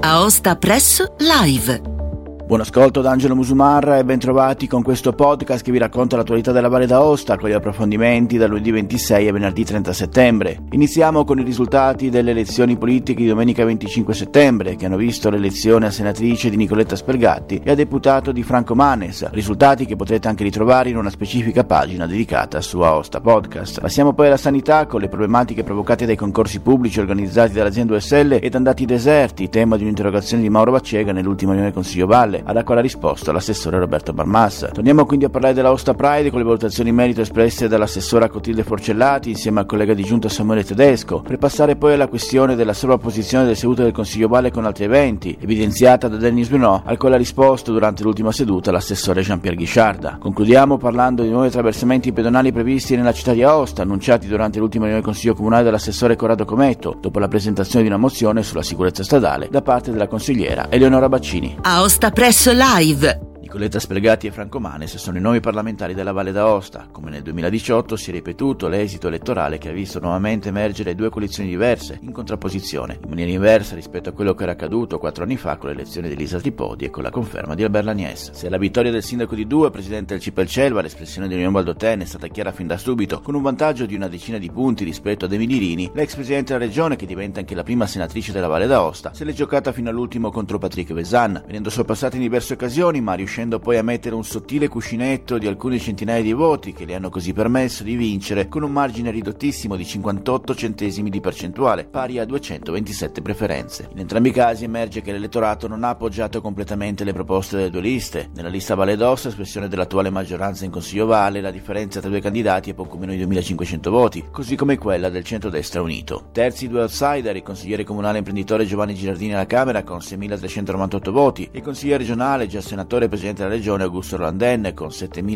Aosta Press Live. Buon ascolto da Angelo Musumarra e ben trovati con questo podcast che vi racconta l'attualità della Valle d'Aosta con gli approfondimenti da lunedì 26 a venerdì 30 settembre. Iniziamo con i risultati delle elezioni politiche di domenica 25 settembre che hanno visto l'elezione a senatrice di Nicoletta Spelgatti e a deputato di Franco Manes, risultati che potrete anche ritrovare in una specifica pagina dedicata su Aosta Podcast. Passiamo poi alla sanità con le problematiche provocate dai concorsi pubblici organizzati dall'azienda USL ed andati deserti, tema di un'interrogazione di Mauro Baccega nell'ultima riunione del Consiglio Valle, alla quale ha risposto l'assessore Roberto Barmassa. Torniamo quindi a parlare della Aosta Pride con le valutazioni in merito espresse dall'assessora Clotilde Forcellati insieme al collega di giunta Samuele Tedesco, per passare poi alla questione della sovrapposizione delle sedute del Consiglio Valle con altri eventi, evidenziata da Dennis Brunò, al quale ha risposto durante l'ultima seduta l'assessore Jean-Pierre Ghisciarda. Concludiamo parlando di nuovi attraversamenti pedonali previsti nella città di Aosta, annunciati durante l'ultima riunione del Consiglio Comunale dall'assessore Corrado Cometto, dopo la presentazione di una mozione sulla sicurezza stradale da parte della consigliera Eleonora Baccini. Aosta Press Live. Nicoletta Spelgatti e Franco Manes sono i nuovi parlamentari della Valle d'Aosta. Come nel 2018 si è ripetuto l'esito elettorale che ha visto nuovamente emergere due coalizioni diverse, in contrapposizione, in maniera inversa rispetto a quello che era accaduto 4 anni fa con l'elezione di Lisa Tripodi e con la conferma di Albert Lanies. Se la vittoria del sindaco di Due, presidente del CIPEL Celva, l'espressione di Unione Valdotene è stata chiara fin da subito, con un vantaggio di una decina di punti rispetto ad Emily Rini, l'ex presidente della regione, che diventa anche la prima senatrice della Valle d'Aosta, se l'è giocata fino all'ultimo contro Patrick Vesan, venendo sorpassata in diverse occasioni, ma riuscendo poi a mettere un sottile cuscinetto di alcune centinaia di voti che le hanno così permesso di vincere con un margine ridottissimo di 58 centesimi di percentuale, pari a 227 preferenze. In entrambi i casi emerge che l'elettorato non ha appoggiato completamente le proposte delle due liste. Nella lista Valle d'Aosta, espressione dell'attuale maggioranza in Consiglio Valle, la differenza tra i due candidati è poco meno di 2500 voti, così come quella del centrodestra unito. Terzi due outsider, il consigliere comunale e imprenditore Giovanni Girardini alla Camera con 6398 voti e il consigliere regionale, già senatore e presidente della regione Augusto Rolandenne con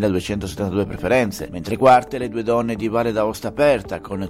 7.272 preferenze, mentre quarte le due donne di Valle d'Aosta Aperta con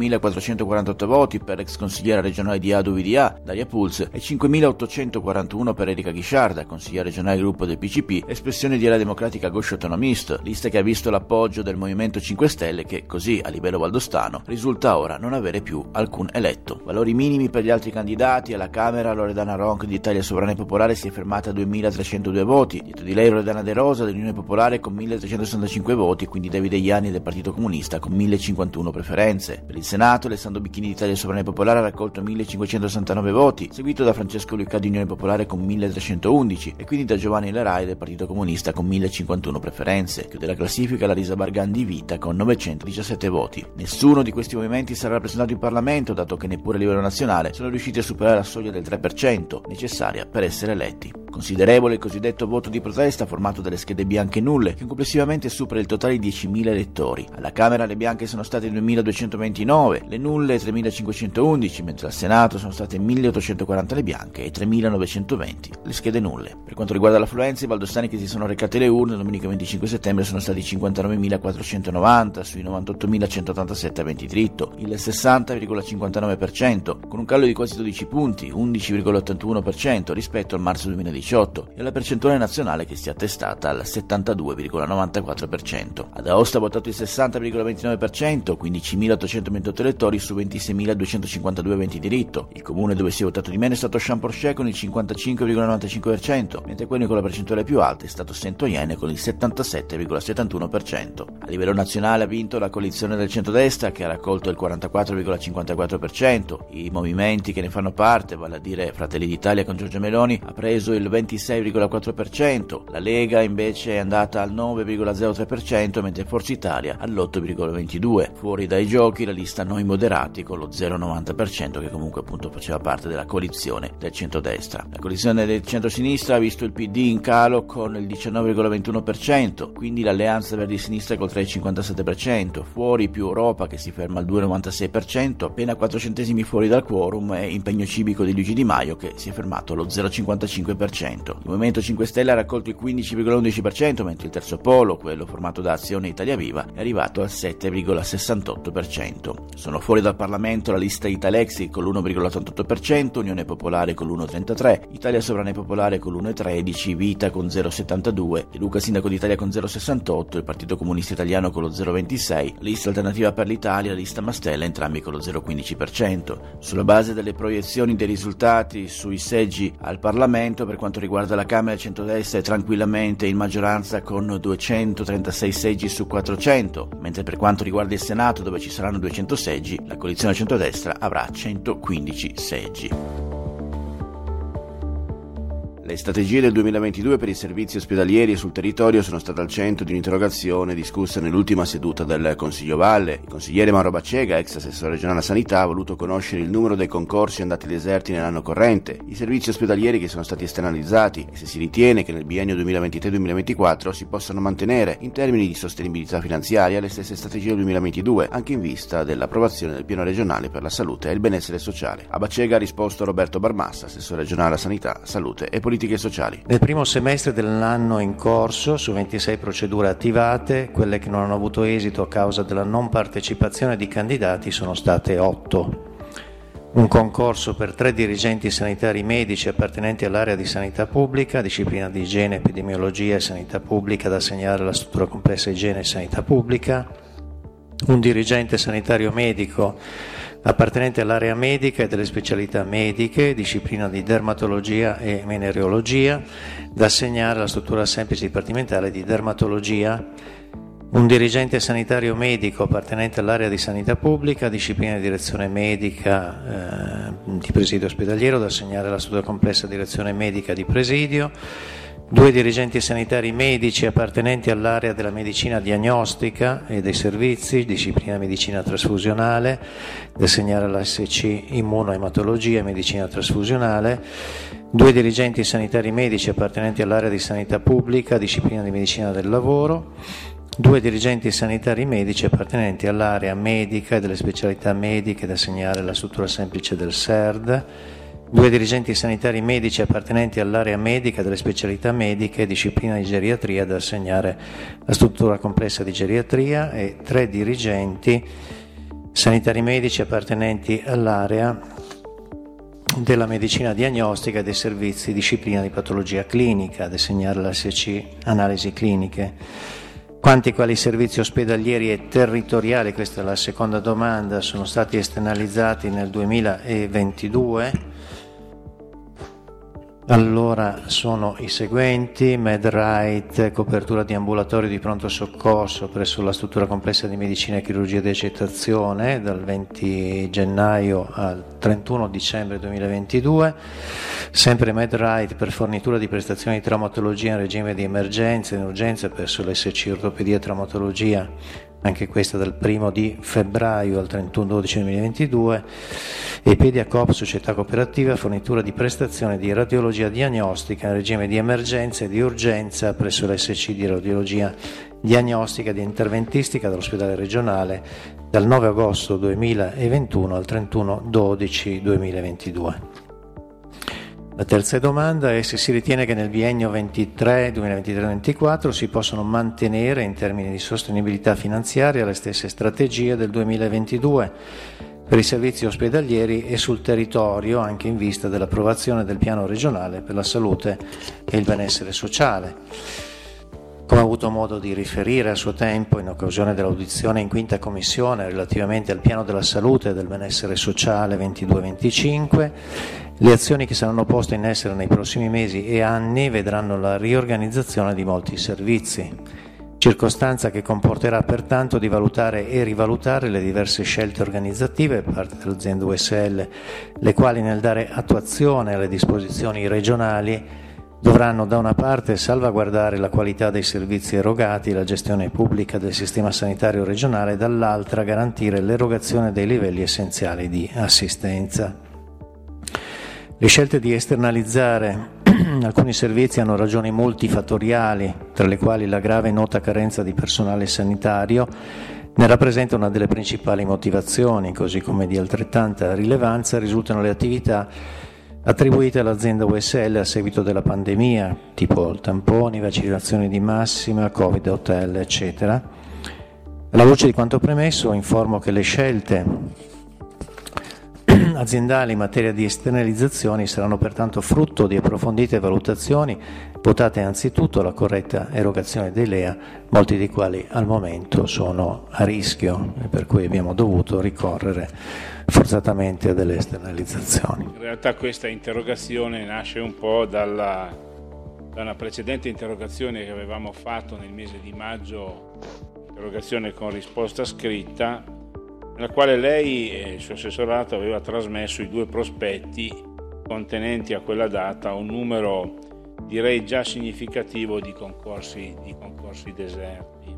5.448 voti per l'ex consigliera regionale di ADU-VDA Daria Puls e 5.841 per Erika Ghisciarda, consigliera regionale gruppo del PCP, espressione di Area Democratica Gauche Autonomiste, lista che ha visto l'appoggio del Movimento 5 Stelle che, così a livello valdostano, risulta ora non avere più alcun eletto. Valori minimi per gli altri candidati. Alla Camera Loredana Ronc di Italia Sovrana e Popolare si è fermata a 2.302 voti, dietro di lei Loredana De Rosa dell'Unione Popolare con 1.365 voti, quindi Davide Ianni del Partito Comunista con 1.051 preferenze. Per il Senato Alessandro Bicchini di Italia Sovrana e Popolare ha raccolto 1.569 voti, seguito da Francesco Lucca di Unione Popolare con 1.311 e quindi da Giovanni Lerai del Partito Comunista con 1.051 preferenze. Chiude la classifica la Lisa Bargan di Vita con 917 voti. Nessuno di questi movimenti sarà rappresentato in Parlamento, dato che neppure a livello nazionale sono riusciti a superare la soglia del 3% necessaria per essere eletti. Considerevole il cosiddetto voto di protesta formato dalle schede bianche nulle, che complessivamente supera il totale di 10.000 elettori. Alla Camera le bianche sono state 2.229, le nulle 3.511, mentre al Senato sono state 1.840 le bianche e 3.920 le schede nulle. Per quanto riguarda l'affluenza, i valdostani che si sono recati alle urne domenica 25 settembre sono stati 59.490 sui 98.187 aventi diritto, il 60,59%, con un calo di quasi 12 punti, 11,81% rispetto al marzo 2018, e alla percentuale nazionale che si è attestata al 72,94%. Ad Aosta ha votato il 60,29%, 15.828 elettori su 26.252 aventi diritto. Il comune dove si è votato di meno è stato Champorché con il 55,95%, mentre quello con la percentuale più alta è stato Saint-Oyen con il 77,71%. A livello nazionale ha vinto la coalizione del centrodestra che ha raccolto il 44,54%. I movimenti che ne fanno parte, vale a dire Fratelli d'Italia con Giorgia Meloni, ha preso il 26,4%, la Lega invece è andata al 9,03%, mentre Forza Italia all'8,22%. Fuori dai giochi la lista Noi Moderati con lo 0,90% che comunque appunto faceva parte della coalizione del centrodestra. La coalizione del centro-sinistra ha visto il PD in calo con il 19,21%, quindi l'Alleanza Verdi-Sinistra col 3,57%, fuori più Europa che si ferma al 2,96%, appena 4 centesimi fuori dal quorum, e Impegno Civico di Luigi Di Maio che si è fermato allo 0,55%. Il Movimento 5 Stelle ha raccolto il 15,11%, mentre il terzo polo, quello formato da Azione e Italia Viva, è arrivato al 7,68%. Sono fuori dal Parlamento la lista Italexit con l'1,88%, Unione Popolare con l'1,33%, Italia Sovrana e Popolare con l'1,13%, Vita con 0,72%, De Luca Sindaco d'Italia con 0,68%, il Partito Comunista Italiano con lo 0,26%, lista Alternativa per l'Italia, la lista Mastella, entrambi con lo 0,15%. Sulla base delle proiezioni dei risultati sui seggi al Parlamento, per quanto riguarda la Camera, il centrodestra è tranquillamente in maggioranza con 236 seggi su 400, mentre per quanto riguarda il Senato, dove ci saranno 200 seggi, la coalizione centrodestra avrà 115 seggi. Le strategie del 2022 per i servizi ospedalieri sul territorio sono state al centro di un'interrogazione discussa nell'ultima seduta del Consiglio Valle. Il consigliere Mauro Baccega, ex assessore regionale a sanità, ha voluto conoscere il numero dei concorsi andati deserti nell'anno corrente, i servizi ospedalieri che sono stati esternalizzati e se si ritiene che nel biennio 2023-2024 si possano mantenere in termini di sostenibilità finanziaria le stesse strategie del 2022, anche in vista dell'approvazione del piano regionale per la salute e il benessere sociale. A Baccega ha risposto Roberto Barmassa, assessore regionale a sanità, salute e politiche sociali. Nel primo semestre dell'anno in corso, su 26 procedure attivate, quelle che non hanno avuto esito a causa della non partecipazione di candidati sono state 8. Un concorso per 3 dirigenti sanitari medici appartenenti all'area di sanità pubblica, disciplina di igiene, epidemiologia e sanità pubblica da assegnare alla struttura complessa igiene e sanità pubblica. Un dirigente sanitario medico appartenente all'area medica e delle specialità mediche, disciplina di dermatologia e venereologia, da assegnare alla struttura semplice dipartimentale di dermatologia. Un dirigente sanitario medico appartenente all'area di sanità pubblica, disciplina di direzione medica di presidio ospedaliero, da assegnare alla struttura complessa direzione medica di presidio. 2 dirigenti sanitari medici appartenenti all'area della medicina diagnostica e dei servizi, disciplina medicina trasfusionale, da assegnare all'SC immunoematologia e medicina trasfusionale. 2 dirigenti sanitari medici appartenenti all'area di sanità pubblica, disciplina di medicina del lavoro. 2 dirigenti sanitari medici appartenenti all'area medica e delle specialità mediche, da assegnare alla struttura semplice del SERD. 2 dirigenti sanitari medici appartenenti all'area medica delle specialità mediche e disciplina di geriatria, da assegnare alla struttura complessa di geriatria, e 3 dirigenti sanitari medici appartenenti all'area della medicina diagnostica e dei servizi disciplina di patologia clinica, da assegnare all'SC analisi cliniche. Quanti quali servizi ospedalieri e territoriali, questa è la seconda domanda, sono stati esternalizzati nel 2022? Allora sono i seguenti: MedRite, copertura di ambulatorio di pronto soccorso presso la struttura complessa di medicina e chirurgia di accettazione dal 20 gennaio al 31 dicembre 2022, sempre MedRite per fornitura di prestazioni di traumatologia in regime di emergenza e in urgenza presso l'SC ortopedia e traumatologia, anche questa dal 1 di febbraio al 31/12/2022, e Pediacoop, società cooperativa, fornitura di prestazioni di radiologia diagnostica in regime di emergenza e di urgenza presso l'SC di radiologia diagnostica e di interventistica dell'ospedale regionale dal 9 agosto 2021 al 31/12/2022. La terza domanda è se si ritiene che nel biennio 2023-2024 si possono mantenere in termini di sostenibilità finanziaria le stesse strategie del 2022 per i servizi ospedalieri e sul territorio, anche in vista dell'approvazione del piano regionale per la salute e il benessere sociale. Come ho avuto modo di riferire a suo tempo in occasione dell'audizione in quinta commissione relativamente al piano della salute e del benessere sociale 22-25, le azioni che saranno poste in essere nei prossimi mesi e anni vedranno la riorganizzazione di molti servizi, circostanza che comporterà pertanto di valutare e rivalutare le diverse scelte organizzative da parte dell'azienda USL, le quali nel dare attuazione alle disposizioni regionali dovranno da una parte salvaguardare la qualità dei servizi erogati e la gestione pubblica del sistema sanitario regionale e dall'altra garantire l'erogazione dei livelli essenziali di assistenza. Le scelte di esternalizzare alcuni servizi hanno ragioni multifattoriali, tra le quali la grave e nota carenza di personale sanitario ne rappresenta una delle principali motivazioni, così come di altrettanta rilevanza risultano le attività attribuite all'azienda USL a seguito della pandemia, tipo tamponi, vaccinazioni di massima, Covid hotel, eccetera. Alla luce di quanto premesso, informo che le scelte aziendali in materia di esternalizzazioni saranno pertanto frutto di approfondite valutazioni votate anzitutto alla corretta erogazione dei LEA, molti dei quali al momento sono a rischio e per cui abbiamo dovuto ricorrere forzatamente a delle esternalizzazioni. In realtà questa interrogazione nasce un po' da una precedente interrogazione che avevamo fatto nel mese di maggio, interrogazione con risposta scritta, nella quale lei e il suo assessorato aveva trasmesso i 2 prospetti contenenti a quella data un numero direi già significativo di concorsi deserti.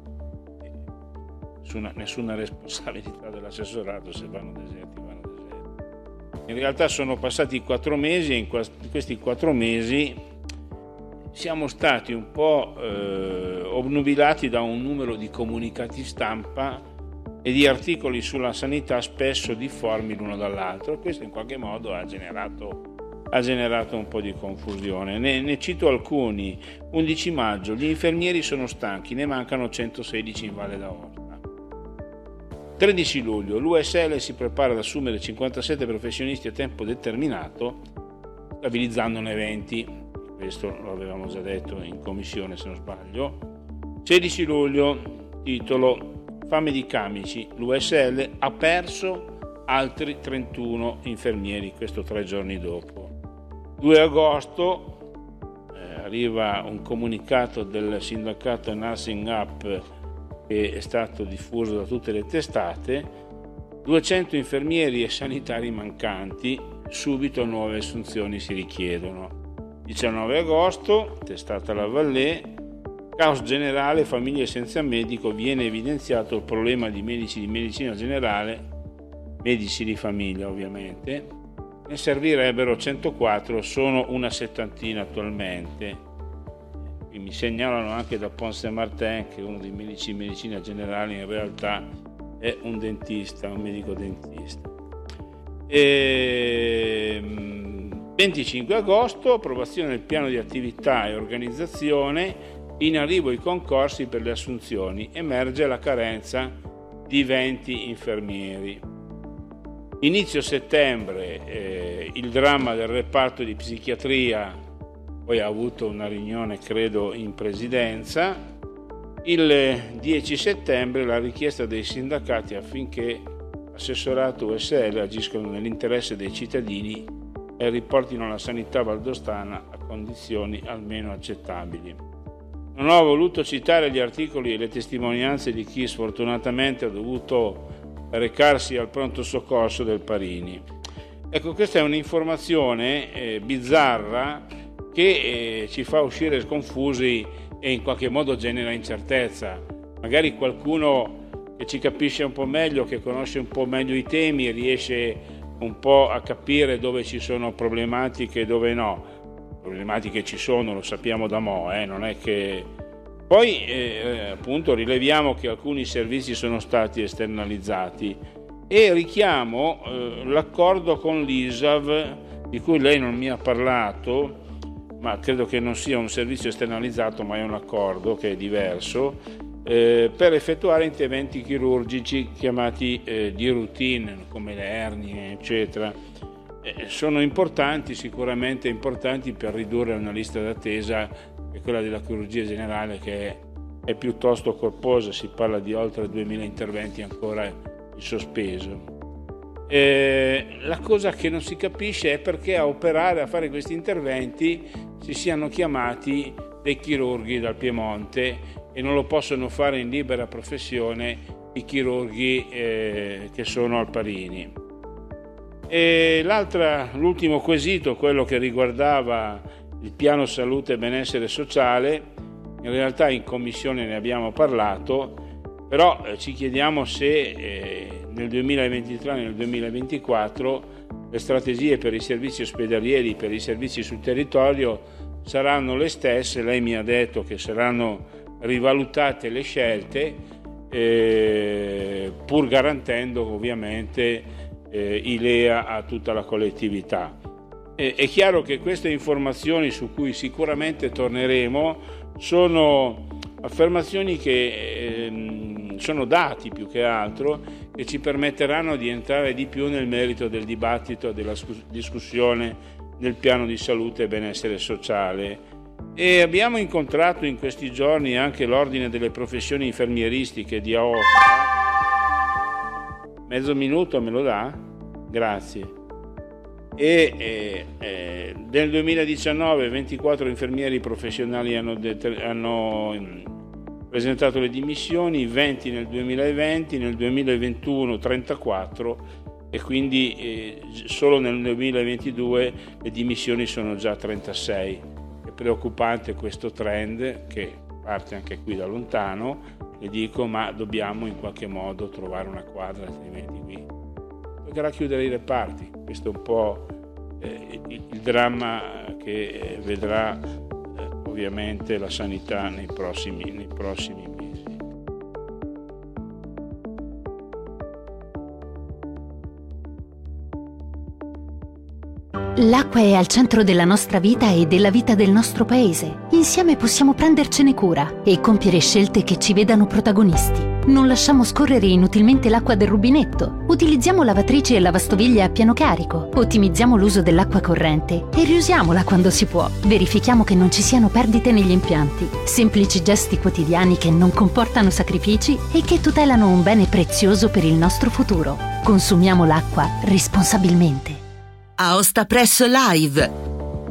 Nessuna responsabilità dell'assessorato, se vanno deserti. In realtà sono passati 4 mesi e in questi 4 mesi siamo stati un po' obnubilati da un numero di comunicati stampa e di articoli sulla sanità spesso difformi l'uno dall'altro. Questo in qualche modo ha generato un po' di confusione. Ne cito alcuni. 11 maggio, gli infermieri sono stanchi, ne mancano 116 in Valle d'Aosta. 13 luglio, l'USL si prepara ad assumere 57 professionisti a tempo determinato, stabilizzandone 20. Questo lo avevamo già detto in commissione, se non sbaglio. 16 luglio, titolo Fame di camici, l'USL ha perso altri 31 infermieri, questo 3 giorni dopo. 2 agosto arriva un comunicato del sindacato Nursing Up che è stato diffuso da tutte le testate: 200 infermieri e sanitari mancanti, subito nuove assunzioni si richiedono. 19 agosto, testata La Vallée, caos generale, famiglie senza medico, viene evidenziato il problema di medici di medicina generale, medici di famiglia ovviamente, ne servirebbero 104, sono una settantina attualmente. E mi segnalano anche da Ponce Martin che uno dei medici di medicina generale in realtà è un dentista, un medico dentista. 25 agosto, approvazione del piano di attività e organizzazione, in arrivo i concorsi per le assunzioni, emerge la carenza di 20 infermieri. Inizio settembre il dramma del reparto di psichiatria, poi ha avuto una riunione credo in presidenza. Il 10 settembre la richiesta dei sindacati affinché l'assessorato USL agiscano nell'interesse dei cittadini e riportino la sanità valdostana a condizioni almeno accettabili. Non ho voluto citare gli articoli e le testimonianze di chi sfortunatamente ha dovuto recarsi al pronto soccorso del Parini. Ecco, questa è un'informazione bizzarra che ci fa uscire sconfusi e in qualche modo genera incertezza. Magari qualcuno che ci capisce un po' meglio, che conosce un po' meglio i temi, riesce un po' a capire dove ci sono problematiche e dove no. Problematiche ci sono, lo sappiamo da mo', non è che... Poi appunto rileviamo che alcuni servizi sono stati esternalizzati e richiamo l'accordo con l'ISAV di cui lei non mi ha parlato, ma credo che non sia un servizio esternalizzato ma è un accordo che è diverso, per effettuare interventi chirurgici chiamati di routine come le ernie eccetera. Sono importanti, sicuramente importanti per ridurre una lista d'attesa che è quella della chirurgia generale, che è piuttosto corposa, si parla di oltre 2000 interventi ancora in sospeso. La cosa che non si capisce è perché a operare, a fare questi interventi si siano chiamati dei chirurghi dal Piemonte e non lo possono fare in libera professione i chirurghi che sono al Parini. E l'ultimo quesito, quello che riguardava il piano salute e benessere sociale, in realtà in commissione ne abbiamo parlato, però ci chiediamo se nel 2023 e nel 2024 le strategie per i servizi ospedalieri, per i servizi sul territorio saranno le stesse. Lei mi ha detto che saranno rivalutate le scelte, pur garantendo ovviamente i LEA a tutta la collettività. È chiaro che queste informazioni, su cui sicuramente torneremo, sono affermazioni che sono dati più che altro, che ci permetteranno di entrare di più nel merito del dibattito, della discussione del piano di salute e benessere sociale. E abbiamo incontrato in questi giorni anche l'Ordine delle Professioni Infermieristiche di Aosta. Mezzo minuto me lo dà? Grazie. E nel 2019 24 infermieri professionali hanno presentato le dimissioni, 20 nel 2020, nel 2021 34 e quindi solo nel 2022 le dimissioni sono già 36. È preoccupante questo trend che parte anche qui da lontano, le dico, ma dobbiamo in qualche modo trovare una quadra, altrimenti qui toccherà chiudere i reparti. Questo è un po' il dramma che vedrà ovviamente la sanità nei prossimi mesi. L'acqua è al centro della nostra vita e della vita del nostro paese. Insieme possiamo prendercene cura e compiere scelte che ci vedano protagonisti. Non lasciamo scorrere inutilmente l'acqua del rubinetto. Utilizziamo lavatrici e lavastoviglie a pieno carico. Ottimizziamo l'uso dell'acqua corrente e riusiamola quando si può. Verifichiamo che non ci siano perdite negli impianti. Semplici gesti quotidiani che non comportano sacrifici e che tutelano un bene prezioso per il nostro futuro. Consumiamo l'acqua responsabilmente. Aosta Press Live.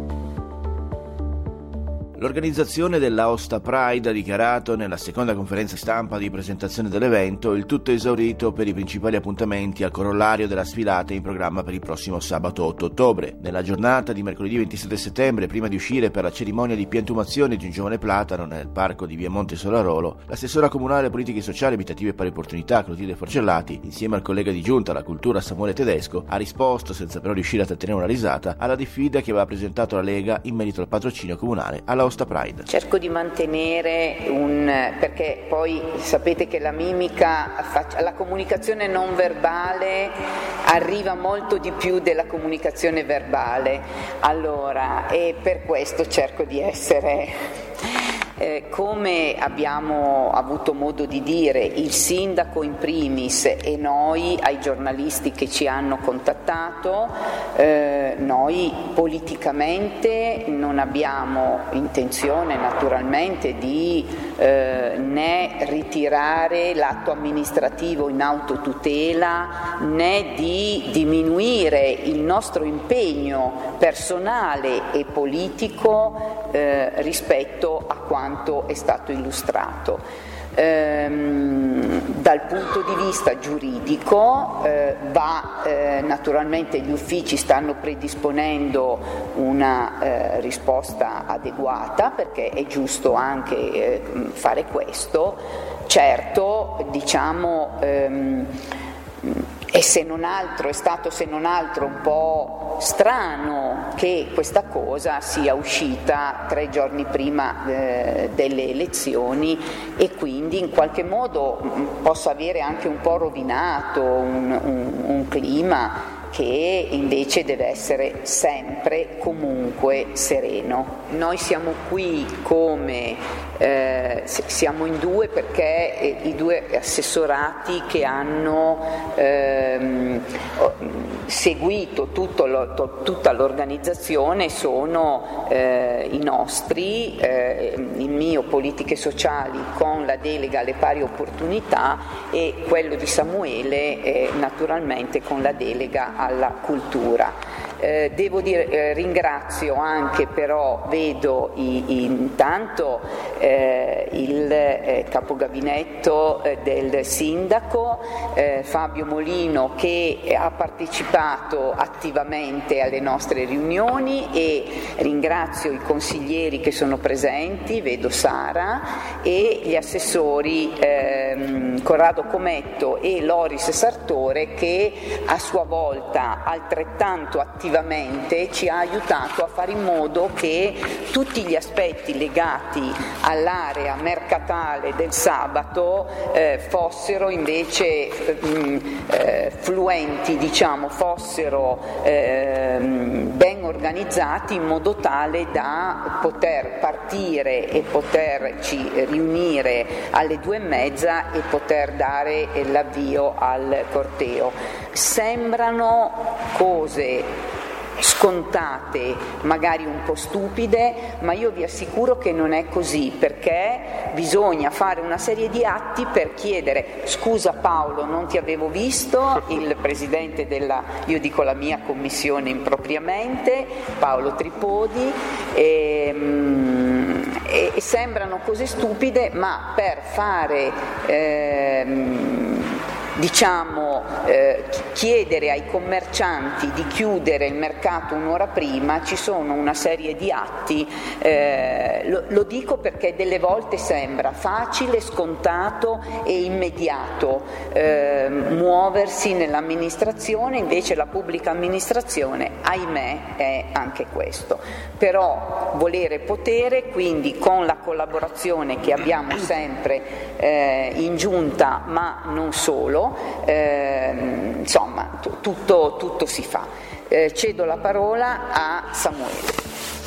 L'organizzazione dell'Aosta Pride ha dichiarato nella seconda conferenza stampa di presentazione dell'evento il tutto esaurito per i principali appuntamenti al corollario della sfilata in programma per il prossimo sabato 8 ottobre. Nella giornata di mercoledì 27 settembre, prima di uscire per la cerimonia di piantumazione di un giovane platano nel parco di via Monte Solarolo, l'assessora comunale alle politiche sociali, abitative e pari opportunità Clotilde Forcellati, insieme al collega di giunta alla cultura Samuele Tedesco, ha risposto, senza però riuscire a trattenere una risata, alla diffida che aveva presentato la Lega in merito al patrocinio comunale alla Aosta Pride. Cerco di mantenere perché poi sapete che la mimica, la comunicazione non verbale arriva molto di più della comunicazione verbale, allora, e per questo cerco di essere come abbiamo avuto modo di dire, il sindaco in primis e noi ai giornalisti che ci hanno contattato, noi politicamente non abbiamo intenzione naturalmente di né ritirare l'atto amministrativo in autotutela né di diminuire il nostro impegno personale e politico rispetto a quanto è stato illustrato. Dal punto di vista giuridico naturalmente gli uffici stanno predisponendo una risposta adeguata, perché è giusto anche fare questo. Certo, diciamo, e se non altro è stato un po' strano che questa cosa sia uscita 3 giorni prima delle elezioni e quindi in qualche modo possa avere anche un po' rovinato un clima che invece deve essere sempre comunque sereno. Noi siamo qui siamo in 2 perché i 2 assessorati che hanno seguito tutta l'organizzazione sono i nostri, il mio Politiche Sociali con la delega alle pari opportunità e quello di Samuele naturalmente con la delega alla cultura. Devo dire, ringrazio anche, però vedo intanto il capogabinetto del sindaco Fabio Molino, che ha partecipato attivamente alle nostre riunioni, e ringrazio i consiglieri che sono presenti, vedo Sara, e gli assessori Corrado Cometto e Loris Sartore, che a sua volta altrettanto attivamente ci ha aiutato a fare in modo che tutti gli aspetti legati all'area mercatale del sabato fossero invece fluenti, diciamo, fossero ben organizzati in modo tale da poter partire e poterci riunire alle 2:30 e poter dare l'avvio al corteo. Sembrano cose scontate, magari un po' stupide, ma io vi assicuro che non è così, perché bisogna fare una serie di atti per chiedere scusa Paolo, non ti avevo visto, il presidente io dico la mia commissione impropriamente, Paolo Tripodi, e sembrano cose stupide, ma per fare chiedere ai commercianti di chiudere il mercato un'ora prima, ci sono una serie di atti, lo dico perché delle volte sembra facile, scontato e immediato muoversi nell'amministrazione, invece la pubblica amministrazione, ahimè, è anche questo. Però volere e potere, quindi con la collaborazione che abbiamo sempre in giunta, ma non solo, insomma tutto si fa. Cedo la parola a Samuele.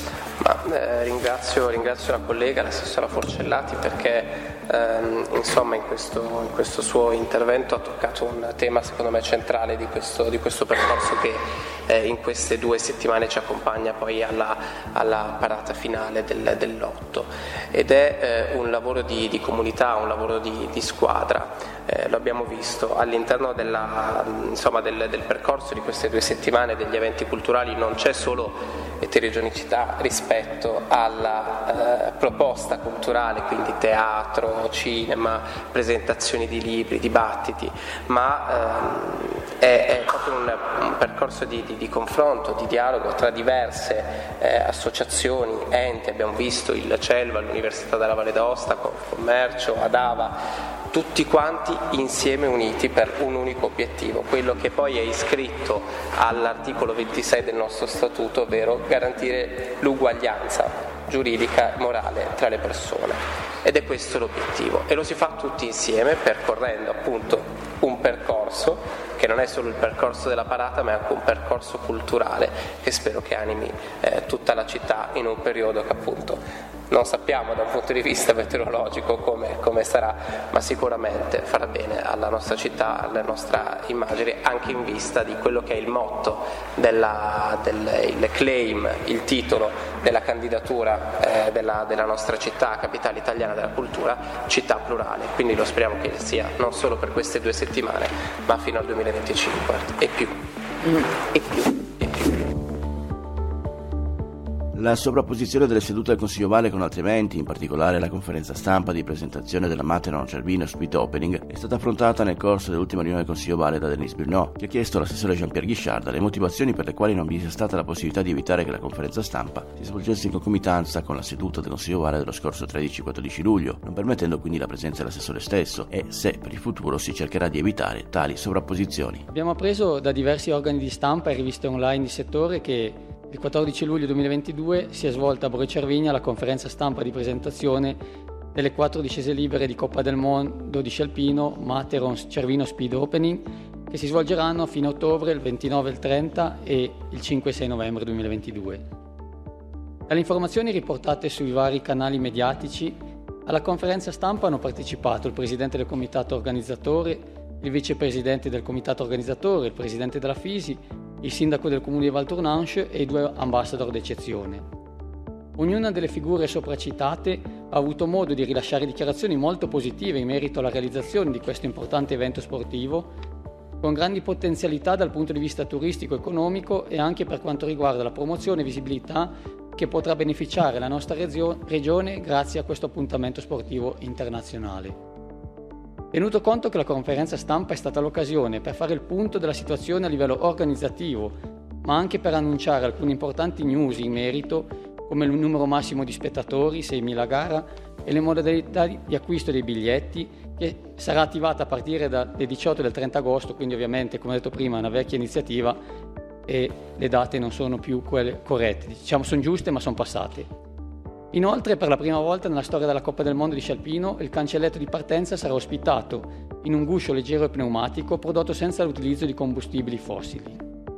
Ringrazio la collega, l'assessora Forcellati, perché insomma in questo suo intervento ha toccato un tema secondo me centrale di questo percorso che in queste 2 settimane ci accompagna poi alla parata finale dell'8, ed è un lavoro di comunità, un lavoro di squadra. Lo abbiamo visto all'interno del percorso di queste 2 settimane degli eventi culturali. Non c'è solo eterogeneità rispetto alla proposta culturale, quindi teatro, cinema, presentazioni di libri, dibattiti, ma è proprio un percorso di confronto, di dialogo tra diverse associazioni, enti. Abbiamo visto il CELVA, l'Università della Valle d'Aosta, Commercio, Adava, tutti quanti insieme uniti per un unico obiettivo, quello che poi è iscritto all'articolo 26 del nostro statuto, ovvero garantire l'uguaglianza giuridica e morale tra le persone. Ed è questo l'obiettivo, e lo si fa tutti insieme percorrendo appunto un percorso che non è solo il percorso della parata, ma è anche un percorso culturale che spero che animi tutta la città in un periodo che appunto non sappiamo da un punto di vista meteorologico come sarà, ma sicuramente farà bene alla nostra città, alla nostra immagine, anche in vista di quello che è il motto il claim, il titolo della candidatura della nostra città, capitale italiana della cultura, città plurale. Quindi lo speriamo che sia non solo per queste 2 settimane, ma fino al 2025 e più. La sovrapposizione delle sedute del Consiglio Valle con altri eventi, in particolare la conferenza stampa di presentazione della Materno Cervino Speed Opening, è stata affrontata nel corso dell'ultima riunione del Consiglio Valle da Denis Brunot, che ha chiesto all'assessore Jean-Pierre Guicharda le motivazioni per le quali non vi sia stata la possibilità di evitare che la conferenza stampa si svolgesse in concomitanza con la seduta del Consiglio Valle dello scorso 13-14 luglio, non permettendo quindi la presenza dell'assessore stesso, e se per il futuro si cercherà di evitare tali sovrapposizioni. Abbiamo appreso da diversi organi di stampa e riviste online di settore che il 14 luglio 2022 si è svolta a Borgo Cervinia la conferenza stampa di presentazione delle 4 discese libere di Coppa del Mondo di sci alpino Materno Cervino Speed Opening, che si svolgeranno a fine ottobre, il 29, il 30 e il 5-6 novembre 2022. Dalle informazioni riportate sui vari canali mediatici, alla conferenza stampa hanno partecipato il presidente del comitato organizzatore, il vicepresidente del comitato organizzatore, il presidente della FISI, il sindaco del comune di Val Tournanche e i 2 ambassador d'eccezione. Ognuna delle figure sopracitate ha avuto modo di rilasciare dichiarazioni molto positive in merito alla realizzazione di questo importante evento sportivo, con grandi potenzialità dal punto di vista turistico, economico e anche per quanto riguarda la promozione e visibilità che potrà beneficiare la nostra regione grazie a questo appuntamento sportivo internazionale. Tenuto conto che la conferenza stampa è stata l'occasione per fare il punto della situazione a livello organizzativo, ma anche per annunciare alcune importanti news in merito, come il numero massimo di spettatori, 6.000 a gara, e le modalità di acquisto dei biglietti, che sarà attivata a partire dalle 18 e del 30 agosto, quindi ovviamente, come ho detto prima, è una vecchia iniziativa e le date non sono più quelle corrette. Diciamo, sono giuste, ma sono passate. Inoltre, per la prima volta nella storia della Coppa del Mondo di sci alpino, il cancelletto di partenza sarà ospitato in un guscio leggero e pneumatico prodotto senza l'utilizzo di combustibili fossili.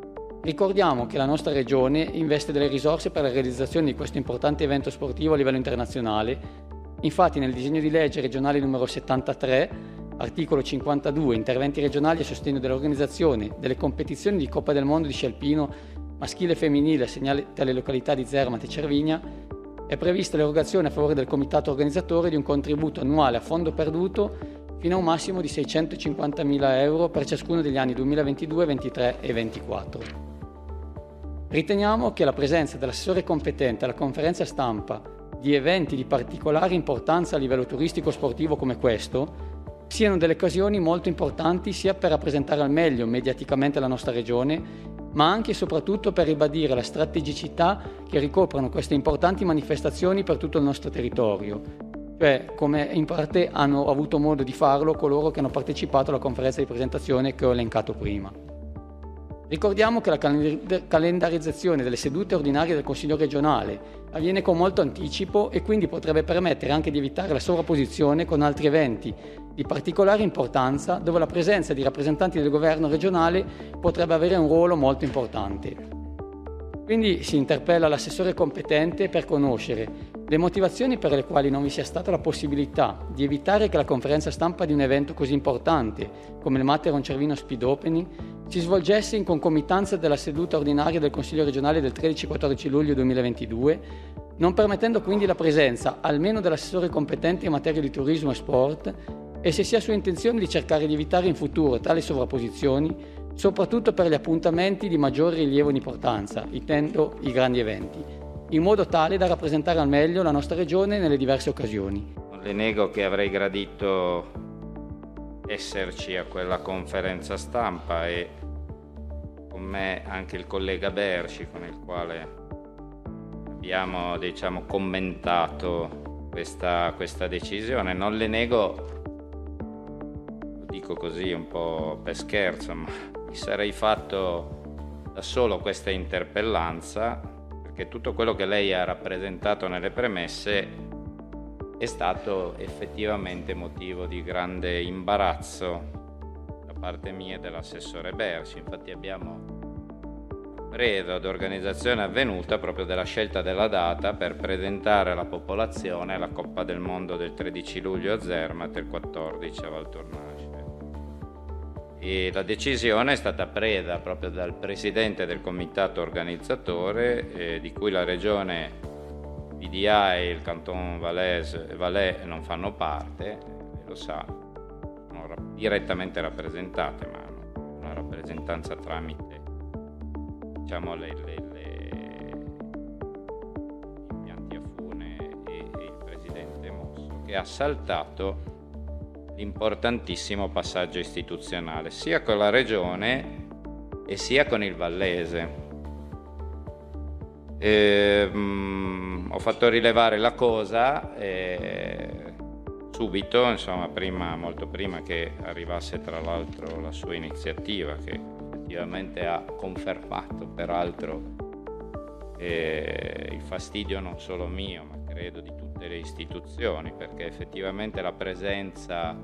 Ricordiamo che la nostra regione investe delle risorse per la realizzazione di questo importante evento sportivo a livello internazionale. Infatti nel disegno di legge regionale numero 73, articolo 52, interventi regionali a sostegno dell'organizzazione delle competizioni di Coppa del Mondo di sci alpino maschile e femminile assegnate alle località di Zermatt e Cervinia, è prevista l'erogazione a favore del comitato organizzatore di un contributo annuale a fondo perduto fino a un massimo di 650.000 euro per ciascuno degli anni 2022, 2023 e 2024. Riteniamo che la presenza dell'assessore competente alla conferenza stampa di eventi di particolare importanza a livello turistico-sportivo come questo siano delle occasioni molto importanti sia per rappresentare al meglio mediaticamente la nostra regione, ma anche e soprattutto per ribadire la strategicità che ricoprono queste importanti manifestazioni per tutto il nostro territorio, cioè come in parte hanno avuto modo di farlo coloro che hanno partecipato alla conferenza di presentazione che ho elencato prima. Ricordiamo che la calendarizzazione delle sedute ordinarie del Consiglio regionale avviene con molto anticipo e quindi potrebbe permettere anche di evitare la sovrapposizione con altri eventi di particolare importanza dove la presenza di rappresentanti del governo regionale potrebbe avere un ruolo molto importante. Quindi si interpella l'assessore competente per conoscere le motivazioni per le quali non vi sia stata la possibilità di evitare che la conferenza stampa di un evento così importante come il Matterhorn Cervino Speed Opening si svolgesse in concomitanza della seduta ordinaria del Consiglio regionale del 13-14 luglio 2022, non permettendo quindi la presenza almeno dell'assessore competente in materia di turismo e sport, e se sia sua intenzione di cercare di evitare in futuro tali sovrapposizioni, soprattutto per gli appuntamenti di maggiore rilievo e importanza, intendo i grandi eventi, in modo tale da rappresentare al meglio la nostra regione nelle diverse occasioni. Non le nego che avrei gradito esserci a quella conferenza stampa e con me anche il collega Berci, con il quale abbiamo commentato questa decisione. Non le nego, lo dico così un po' per scherzo, ma mi sarei fatto da solo questa interpellanza, perché tutto quello che lei ha rappresentato nelle premesse è stato effettivamente motivo di grande imbarazzo da parte mia e dell'assessore Berci. Infatti abbiamo preso ad organizzazione avvenuta proprio della scelta della data per presentare alla popolazione la Coppa del Mondo del 13 luglio a Zermatt e il 14 a Valtornace. E la decisione è stata presa proprio dal presidente del comitato organizzatore, di cui la regione PDA e il Canton Valais non fanno parte, lo sa, sono direttamente rappresentate, ma hanno una rappresentanza tramite gli impianti a fune e il presidente Mosso, che ha saltato l'importantissimo passaggio istituzionale sia con la regione e sia con il Vallese. Ho fatto rilevare la cosa subito, insomma, molto prima che arrivasse tra l'altro la sua iniziativa, che effettivamente ha confermato peraltro il fastidio non solo mio, ma credo di tutte le istituzioni, perché effettivamente la presenza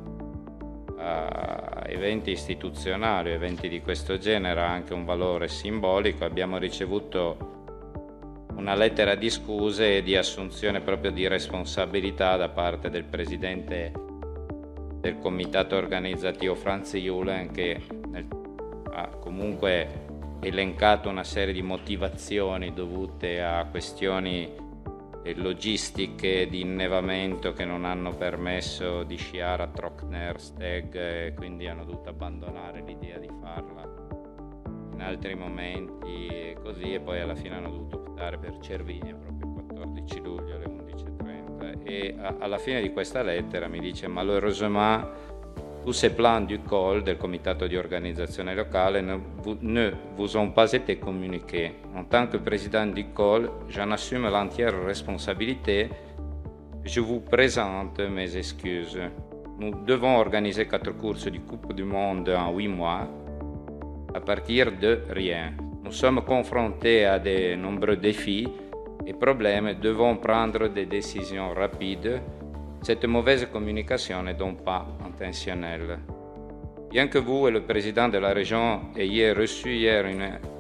a eventi istituzionali, eventi di questo genere, ha anche un valore simbolico. Abbiamo ricevuto una lettera di scuse e di assunzione proprio di responsabilità da parte del presidente del comitato organizzativo Franz Julen, che ha comunque elencato una serie di motivazioni dovute a questioni logistiche di innevamento che non hanno permesso di sciare a Trockner-Steg, e quindi hanno dovuto abbandonare l'idea di farla in altri momenti e così, e poi alla fine hanno dovuto optare per Cervinia proprio il 14 luglio alle 11:30. E alla fine di questa lettera mi dice: malheureusement tous ces plans du col del comitato di organizzazione locale ne vous ont pas été communiqués. En tant que président du col, j'en assume l'entière responsabilité. Je vous présente mes excuses. Nous devons organiser 4 courses du Coupe du Monde en 8 mois à partir de rien. Nous sommes confrontés à de nombreux défis et problèmes et devons prendre des décisions rapides. Cette mauvaise communication n'est donc pas intentionnelle. Bien que vous et le président de la région ayez reçu hier une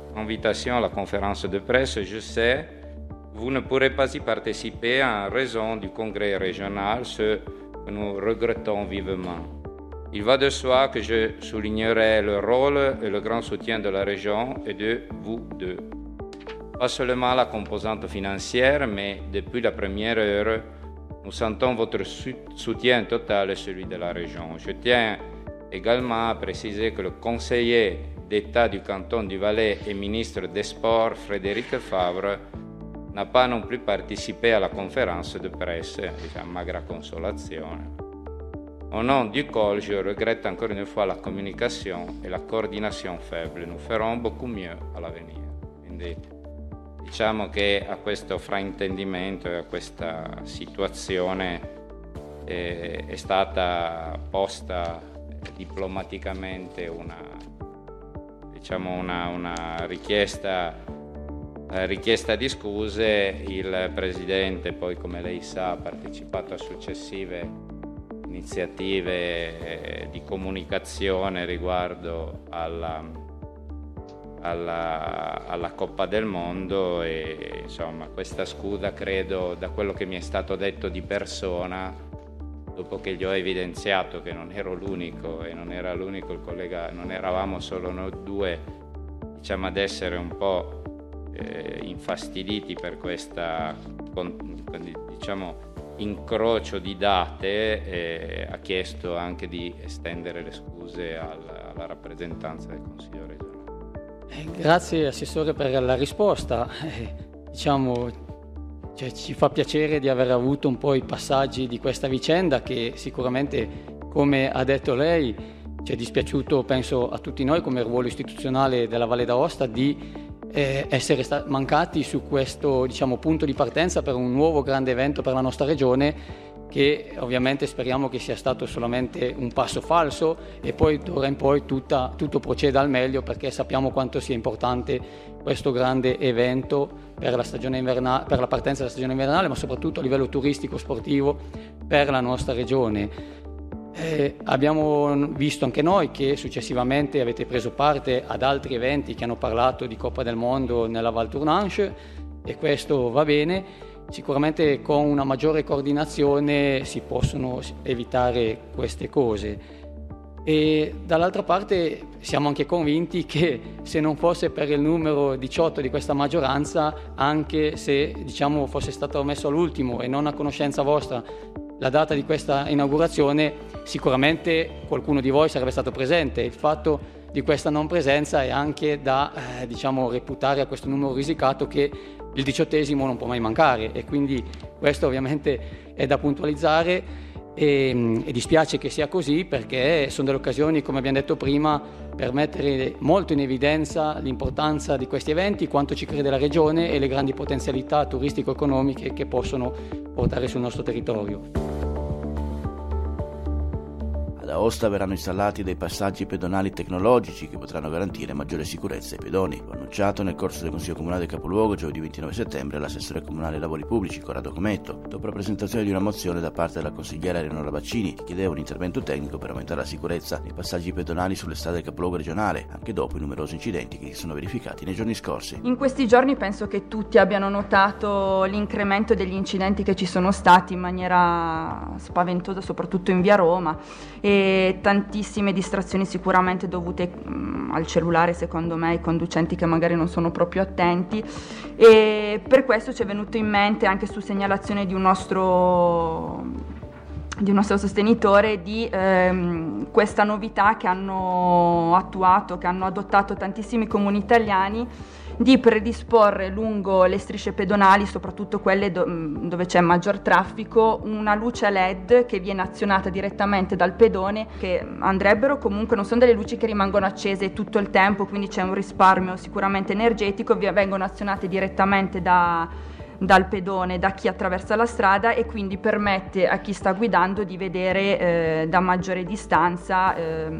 invitation à la conférence de presse, je sais, vous ne pourrez pas y participer en raison du congrès régional, ce que nous regrettons vivement. Il va de soi que je soulignerai le rôle et le grand soutien de la région et de vous deux. Pas seulement la composante financière, mais depuis la première heure, nous sentons votre soutien total et celui de la région. Je tiens également à préciser que le conseiller d'État du canton du Valais et ministre des Sports, Frédéric Favre, n'a pas non plus participé à la conférence de presse, diciamo, magra consolazione. Au nom du COL, je regrette encore une fois la communication et la coordination faible. Nous ferons beaucoup mieux à l'avenir. Quindi diciamo che a questo fraintendimento e a questa situazione è stata posta diplomaticamente una richiesta di scuse. Il Presidente poi, come lei sa, ha partecipato a successive iniziative di comunicazione riguardo alla Coppa del Mondo e insomma questa scusa, credo, da quello che mi è stato detto di persona, dopo che gli ho evidenziato che non ero l'unico e non era l'unico il collega, non eravamo solo noi due, diciamo, ad essere un po' infastiditi per questa, diciamo, incrocio di date, ha chiesto anche di estendere le scuse alla rappresentanza del Consiglio regionale. Grazie Assessore per la risposta. Ci fa piacere di aver avuto un po' i passaggi di questa vicenda che sicuramente, come ha detto lei, ci è dispiaciuto, penso a tutti noi come ruolo istituzionale della Valle d'Aosta, di essere mancati su questo, diciamo, punto di partenza per un nuovo grande evento per la nostra regione, che ovviamente speriamo che sia stato solamente un passo falso e poi d'ora in poi tutto proceda al meglio, perché sappiamo quanto sia importante questo grande evento per la stagione invernale, per la partenza della stagione invernale, ma soprattutto a livello turistico sportivo per la nostra regione. Abbiamo visto anche noi che successivamente avete preso parte ad altri eventi che hanno parlato di Coppa del Mondo nella Val Tournanche, e questo va bene. Sicuramente con una maggiore coordinazione si possono evitare queste cose. E dall'altra parte siamo anche convinti che se non fosse per il numero 18 di questa maggioranza, anche se, diciamo, fosse stato messo all'ultimo e non a conoscenza vostra la data di questa inaugurazione, sicuramente qualcuno di voi sarebbe stato presente. Il fatto di questa non presenza è anche da reputare a questo numero risicato che il 18° non può mai mancare, e quindi questo ovviamente è da puntualizzare. E dispiace che sia così, perché sono delle occasioni, come abbiamo detto prima, per mettere molto in evidenza l'importanza di questi eventi, quanto ci crede la regione e le grandi potenzialità turistico-economiche che possono portare sul nostro territorio. Ad Aosta verranno installati dei passaggi pedonali tecnologici che potranno garantire maggiore sicurezza ai pedoni. Lo annunciato nel corso del Consiglio Comunale del Capoluogo giovedì 29 settembre l'assessore comunale ai lavori pubblici Corrado Cometto, dopo la presentazione di una mozione da parte della consigliera Eleonora Baccini che chiedeva un intervento tecnico per aumentare la sicurezza nei passaggi pedonali sulle strade del capoluogo regionale, anche dopo i numerosi incidenti che si sono verificati nei giorni scorsi. In questi giorni penso che tutti abbiano notato l'incremento degli incidenti che ci sono stati in maniera spaventosa, soprattutto in via Roma, e tantissime distrazioni sicuramente dovute al cellulare, secondo me, ai conducenti che magari non sono proprio attenti, e per questo ci è venuto in mente, anche su segnalazione di un nostro sostenitore, di questa novità che hanno adottato tantissimi comuni italiani, di predisporre lungo le strisce pedonali, soprattutto quelle dove c'è maggior traffico, una luce LED che viene azionata direttamente dal pedone, che andrebbero comunque, non sono delle luci che rimangono accese tutto il tempo, quindi c'è un risparmio sicuramente energetico, vengono azionate direttamente dal pedone, da chi attraversa la strada, e quindi permette a chi sta guidando di vedere da maggiore distanza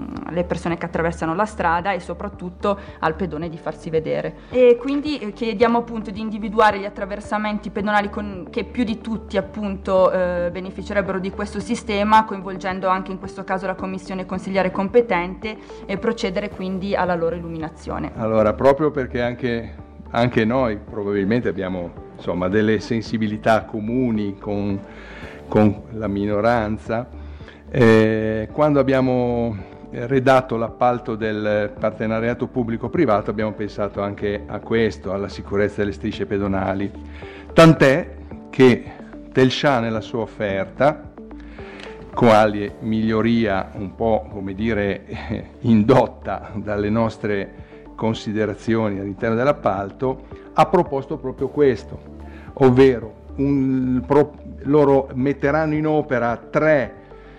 le persone che attraversano la strada e soprattutto al pedone di farsi vedere. E quindi chiediamo appunto di individuare gli attraversamenti pedonali che più di tutti appunto beneficerebbero di questo sistema, coinvolgendo anche in questo caso la commissione consigliare competente, e procedere quindi alla loro illuminazione. Allora, proprio perché anche noi probabilmente abbiamo delle sensibilità comuni con la minoranza, quando abbiamo redatto l'appalto del partenariato pubblico-privato abbiamo pensato anche a questo, alla sicurezza delle strisce pedonali, tant'è che Telscià nella sua offerta, quale miglioria un po' indotta dalle nostre considerazioni all'interno dell'appalto, ha proposto proprio questo, ovvero loro metteranno in opera tre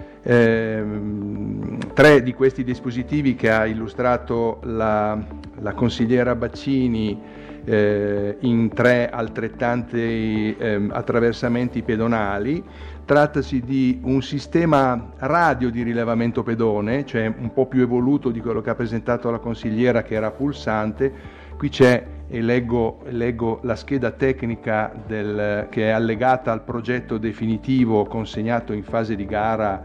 di questi dispositivi che ha illustrato la consigliera Baccini in 3 altrettanti attraversamenti pedonali. Trattasi di un sistema radio di rilevamento pedone, cioè un po' più evoluto di quello che ha presentato la consigliera, che era pulsante. Qui c'è, e leggo la scheda tecnica che è allegata al progetto definitivo consegnato in fase di gara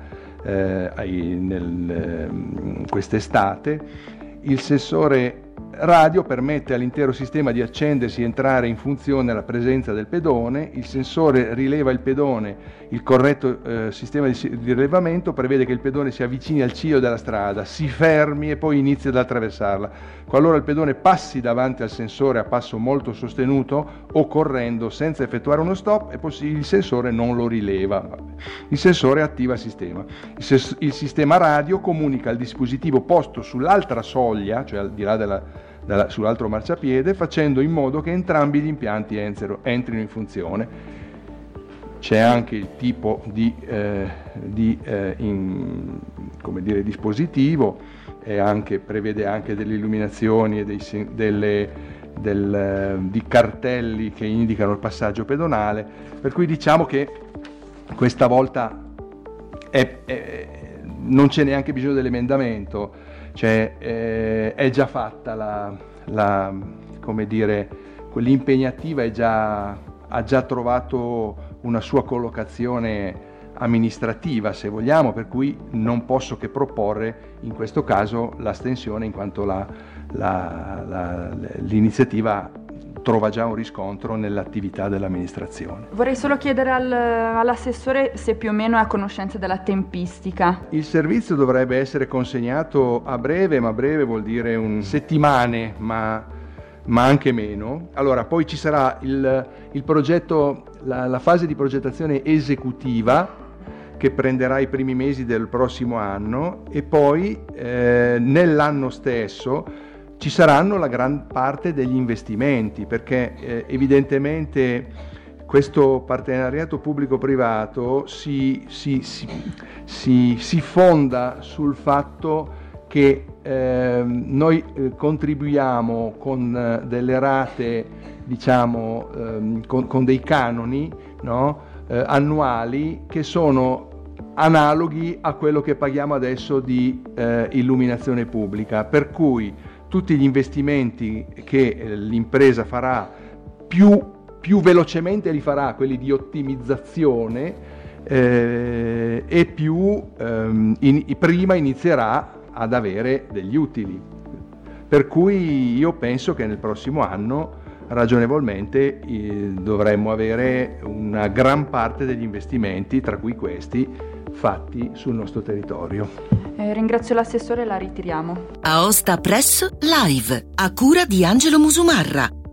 quest'estate. Il sensore radio permette all'intero sistema di accendersi e entrare in funzione alla presenza del pedone. Il sensore rileva il pedone. Il corretto sistema di rilevamento prevede che il pedone si avvicini al ciglio della strada, si fermi e poi inizi ad attraversarla. Qualora il pedone passi davanti al sensore a passo molto sostenuto o correndo senza effettuare uno stop, il sensore non lo rileva. Il sensore attiva il sistema. Il sistema radio comunica al dispositivo posto sull'altra soglia, cioè al di là sull'altro marciapiede, facendo in modo che entrambi gli impianti entrino in funzione. C'è anche il tipo di dispositivo, prevede anche delle illuminazioni e di cartelli che indicano il passaggio pedonale, per cui diciamo che questa volta non c'è neanche bisogno dell'emendamento, cioè è già fatta quell'impegnativa ha già trovato una sua collocazione amministrativa, se vogliamo, per cui non posso che proporre in questo caso l'astensione, in quanto l'iniziativa trova già un riscontro nell'attività dell'amministrazione. Vorrei solo chiedere all'assessore se più o meno è a conoscenza della tempistica. Il servizio dovrebbe essere consegnato a breve, ma breve vuol dire settimane, ma anche meno. Allora, poi ci sarà il progetto, la fase di progettazione esecutiva, che prenderà i primi mesi del prossimo anno, e poi nell'anno stesso ci saranno la gran parte degli investimenti, perché evidentemente questo partenariato pubblico-privato si fonda sul fatto che noi contribuiamo con delle rate, con dei canoni, no? Annuali, che sono analoghi a quello che paghiamo adesso di illuminazione pubblica, per cui tutti gli investimenti che l'impresa farà più velocemente li farà, quelli di ottimizzazione, e più prima inizierà ad avere degli utili. Per cui io penso che nel prossimo anno ragionevolmente dovremmo avere una gran parte degli investimenti, tra cui questi, fatti sul nostro territorio. Ringrazio l'assessore e la ritiriamo. Aosta Press Live, a cura di Angelo Musumarra.